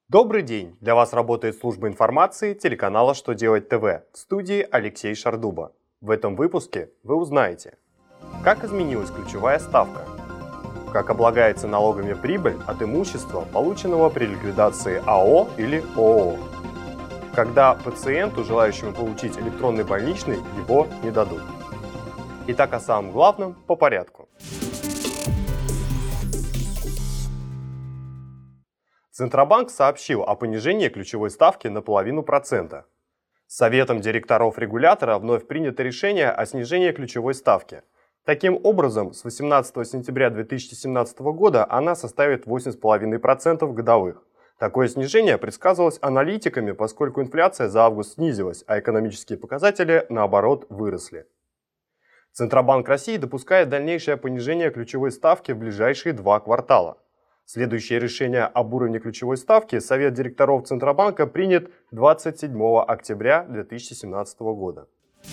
Добрый день! Для вас работает служба информации телеканала «Что делать ТВ», в студии Алексей Шардуба. В этом выпуске вы узнаете, как изменилась ключевая ставка, как облагается налогами прибыль от имущества, полученного при ликвидации АО или ООО, когда пациенту, желающему получить электронный больничный, его не дадут. Итак, о самом главном по порядку. Центробанк сообщил о понижении ключевой ставки на 0,5%. Советом директоров регулятора вновь принято решение о снижении ключевой ставки. Таким образом, с 18 сентября 2017 года она составит 8,5% годовых. Такое снижение предсказывалось аналитиками, поскольку инфляция за август снизилась, а экономические показатели, наоборот, выросли. Центробанк России допускает дальнейшее понижение ключевой ставки в ближайшие 2 квартала. Следующее решение об уровне ключевой ставки Совет директоров Центробанка принят 27 октября 2017 года.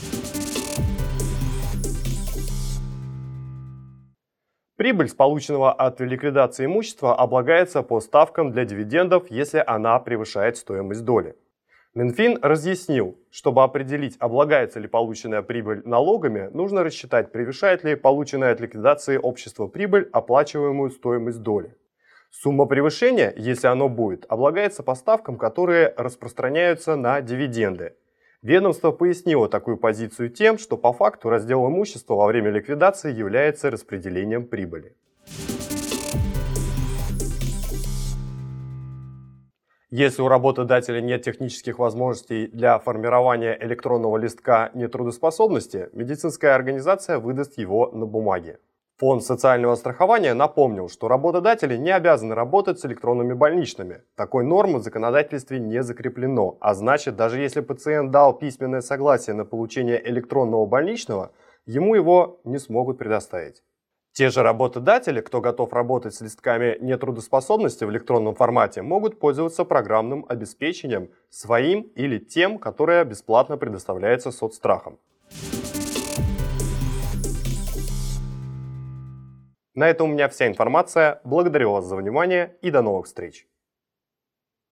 Прибыль с полученного от ликвидации имущества облагается по ставкам для дивидендов, если она превышает стоимость доли. Минфин разъяснил, чтобы определить, облагается ли полученная прибыль налогами, нужно рассчитать, превышает ли полученная от ликвидации общества прибыль оплачиваемую стоимость доли. Сумма превышения, если оно будет, облагается по ставкам, которые распространяются на дивиденды. Ведомство пояснило такую позицию тем, что по факту раздел имущества во время ликвидации является распределением прибыли. Если у работодателя нет технических возможностей для формирования электронного листка нетрудоспособности, медицинская организация выдаст его на бумаге. Фонд социального страхования напомнил, что работодатели не обязаны работать с электронными больничными. Такой нормы в законодательстве не закреплено, а значит, даже если пациент дал письменное согласие на получение электронного больничного, ему его не смогут предоставить. Те же работодатели, кто готов работать с листками нетрудоспособности в электронном формате, могут пользоваться программным обеспечением своим или тем, которое бесплатно предоставляется соцстрахом. На этом у меня вся информация. Благодарю вас за внимание и до новых встреч!